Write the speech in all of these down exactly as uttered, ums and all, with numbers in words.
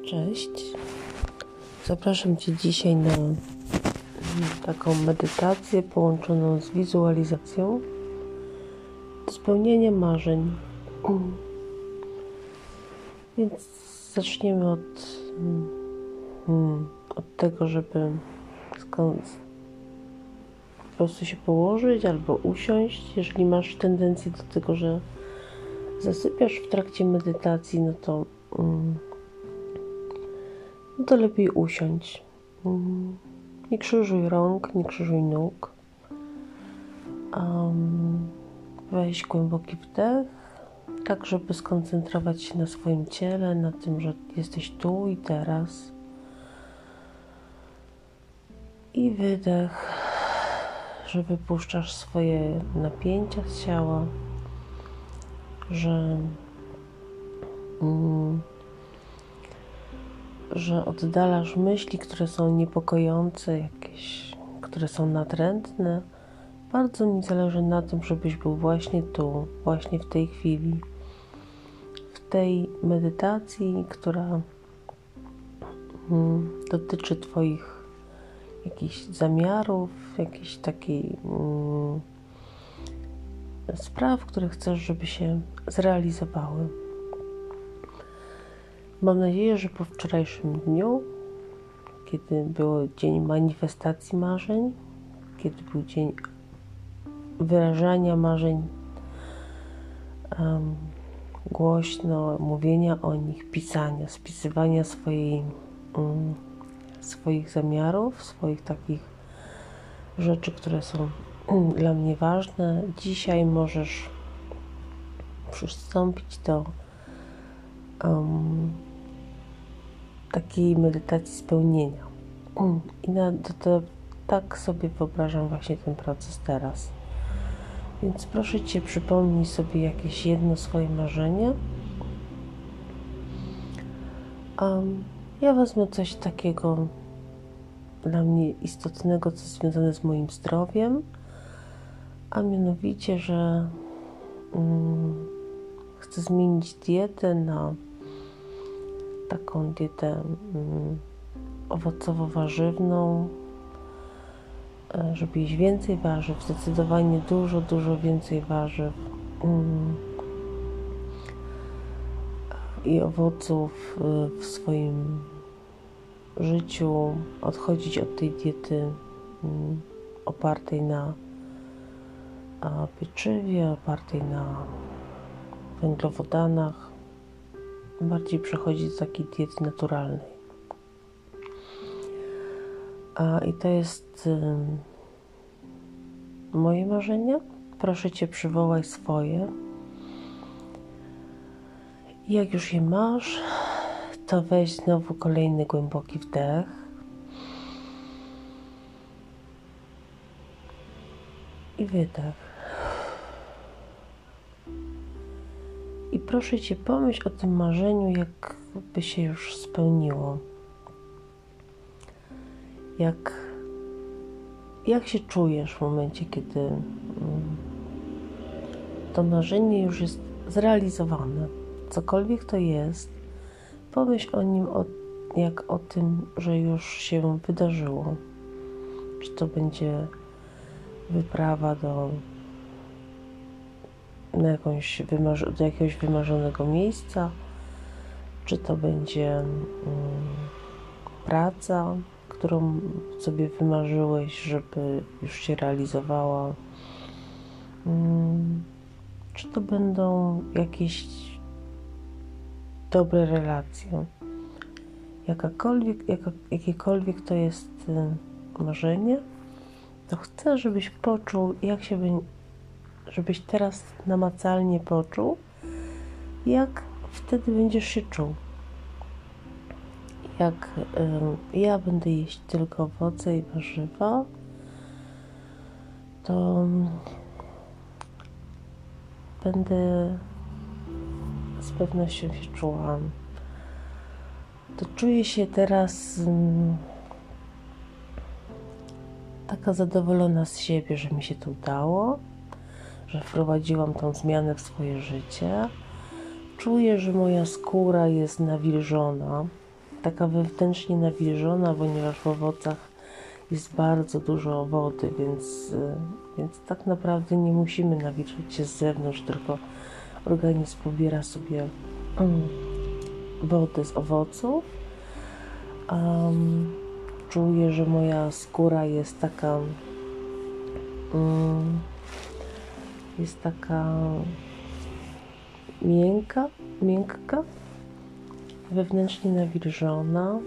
Cześć. Zapraszam Cię dzisiaj na taką medytację połączoną z wizualizacją do spełnienia marzeń. Więc zaczniemy od, od tego, żeby skąd po prostu się położyć albo usiąść. Jeżeli masz tendencję do tego, że zasypiasz w trakcie medytacji, no to no to lepiej usiądź. Nie krzyżuj rąk, nie krzyżuj nóg. Um, weź głęboki wdech, tak żeby skoncentrować się na swoim ciele, na tym, że jesteś tu i teraz. I wydech, że wypuszczasz swoje napięcia z ciała, że mm, że oddalasz myśli, które są niepokojące, jakieś, które są natrętne. Bardzo mi zależy na tym, żebyś był właśnie tu, właśnie w tej chwili, w tej medytacji, która mm, dotyczy Twoich jakichś zamiarów, jakichś takiej mm, spraw, które chcesz, żeby się zrealizowały. Mam nadzieję, że po wczorajszym dniu, kiedy był dzień manifestacji marzeń, kiedy był dzień wyrażania marzeń um, głośno, mówienia o nich, pisania, spisywania swojej, um, swoich zamiarów, swoich takich rzeczy, które są um, dla mnie ważne. Dzisiaj możesz przystąpić do um, takiej medytacji spełnienia. I na, to, to, tak sobie wyobrażam właśnie ten proces teraz. Więc proszę Cię, przypomnij sobie jakieś jedno swoje marzenie. Um, ja wezmę coś takiego dla mnie istotnego, co jest związane z moim zdrowiem, a mianowicie, że um, chcę zmienić dietę na taką dietę um, owocowo-warzywną, żeby jeść więcej warzyw, zdecydowanie dużo, dużo więcej warzyw um, i owoców w swoim życiu, odchodzić od tej diety um, opartej na a, pieczywie, opartej na węglowodanach, bardziej przechodzić do takiej diety naturalnej. A, I to jest um, moje marzenie. Proszę Cię, przywołaj swoje. I jak już je masz, to weź znowu kolejny głęboki wdech. I wydech. I proszę Cię, pomyśl o tym marzeniu, jakby się już spełniło. Jak, jak się czujesz w momencie, kiedy mm, to marzenie już jest zrealizowane. Cokolwiek to jest, pomyśl o nim o, jak o tym, że już się wydarzyło. Czy to będzie wyprawa do, na jakąś wymarzy, do jakiegoś wymarzonego miejsca, czy to będzie mm, praca, którą sobie wymarzyłeś, żeby już się realizowała. Hmm. Czy to będą jakieś dobre relacje? Jakakolwiek, jaka, jakiekolwiek to jest marzenie, to chcę, żebyś poczuł, jak się, żebyś teraz namacalnie poczuł, jak wtedy będziesz się czuł. Jak y, ja będę jeść tylko owoce i warzywa, to będę z pewnością się czuła. To czuję się teraz y, taka zadowolona z siebie, że mi się to udało, że wprowadziłam tą zmianę w swoje życie. Czuję, że moja skóra jest nawilżona, taka wewnętrznie nawilżona, ponieważ w owocach jest bardzo dużo wody, więc, więc tak naprawdę nie musimy nawilżać się z zewnątrz, tylko organizm pobiera sobie um, wodę z owoców. Um, czuję, że moja skóra jest taka um, jest taka miękka, miękka, wewnętrznie nawilżona.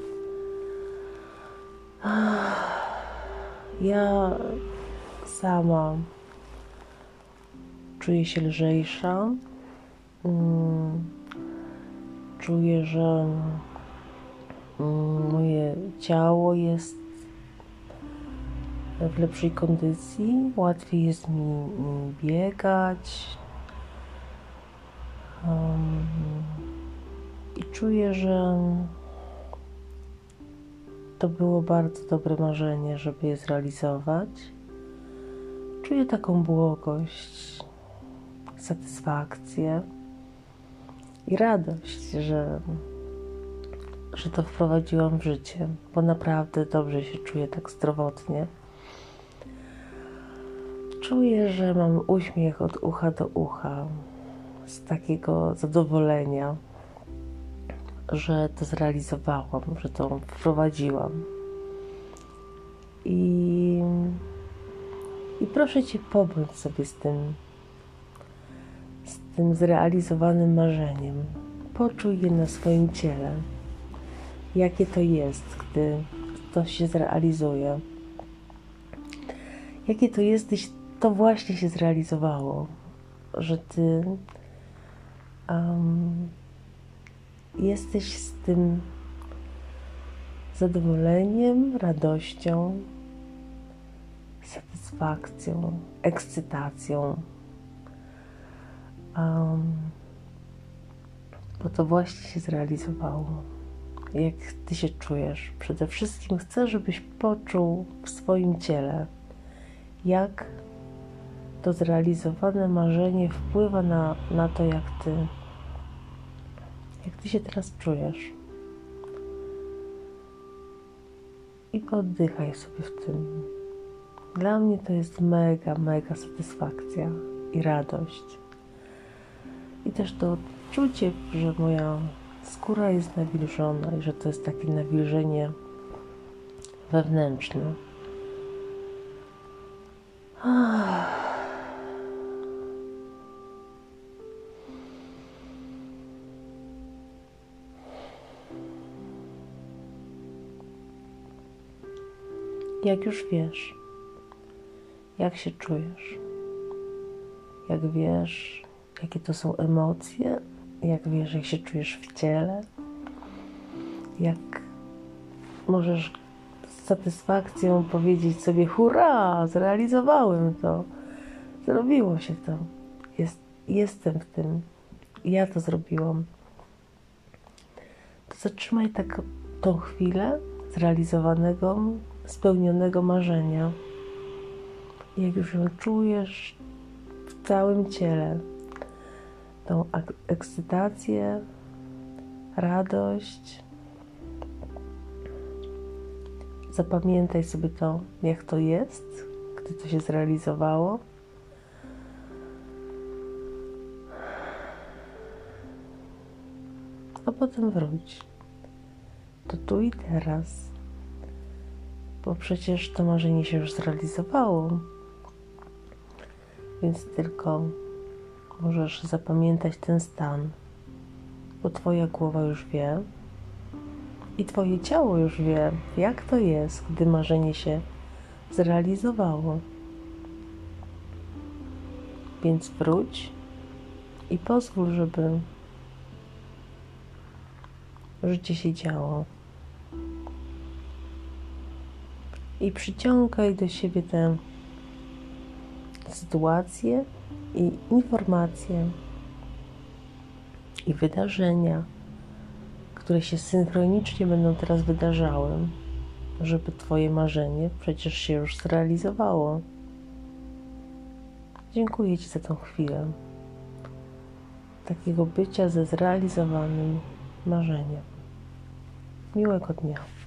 Ja sama czuję się lżejsza. Czuję, że moje ciało jest w lepszej kondycji. Łatwiej jest mi biegać. I czuję, że to było bardzo dobre marzenie, żeby je zrealizować. Czuję taką błogość, satysfakcję i radość, że, że to wprowadziłam w życie, bo naprawdę dobrze się czuję tak zdrowotnie. Czuję, że mam uśmiech od ucha do ucha, z takiego zadowolenia, że to zrealizowałam, że to wprowadziłam. I, i proszę Cię, pobądź sobie z tym, z tym zrealizowanym marzeniem. Poczuj je na swoim ciele. Jakie to jest, gdy to się zrealizuje. Jakie to jest, gdy to właśnie się zrealizowało. Że Ty um, jesteś z tym zadowoleniem, radością, satysfakcją, ekscytacją. Um, bo to właśnie się zrealizowało. Jak Ty się czujesz? Przede wszystkim chcę, żebyś poczuł w swoim ciele, jak to zrealizowane marzenie wpływa na, na to, jak Ty jak Ty się teraz czujesz. I oddychaj sobie w tym. Dla mnie to jest mega, mega satysfakcja i radość. I też to odczucie, że moja skóra jest nawilżona i że to jest takie nawilżenie wewnętrzne. Jak już wiesz, jak się czujesz, jak wiesz, jakie to są emocje, jak wiesz, jak się czujesz w ciele, jak możesz z satysfakcją powiedzieć sobie: hurra, zrealizowałem to, zrobiło się to, Jest, jestem w tym, ja to zrobiłam. To zatrzymaj tak tą chwilę zrealizowanego, spełnionego marzenia. Jak już ją czujesz w całym ciele, tą ekscytację, radość, zapamiętaj sobie to, jak to jest, gdy to się zrealizowało. A potem wróć to tu i teraz, bo przecież to marzenie się już zrealizowało, więc tylko możesz zapamiętać ten stan, bo Twoja głowa już wie i Twoje ciało już wie, jak to jest, gdy marzenie się zrealizowało. Więc wróć i pozwól, żeby życie się działo. I przyciągaj do siebie te sytuacje i informacje i wydarzenia, które się synchronicznie będą teraz wydarzały, żeby Twoje marzenie przecież się już zrealizowało. Dziękuję Ci za tą chwilę takiego bycia ze zrealizowanym marzeniem. Miłego dnia.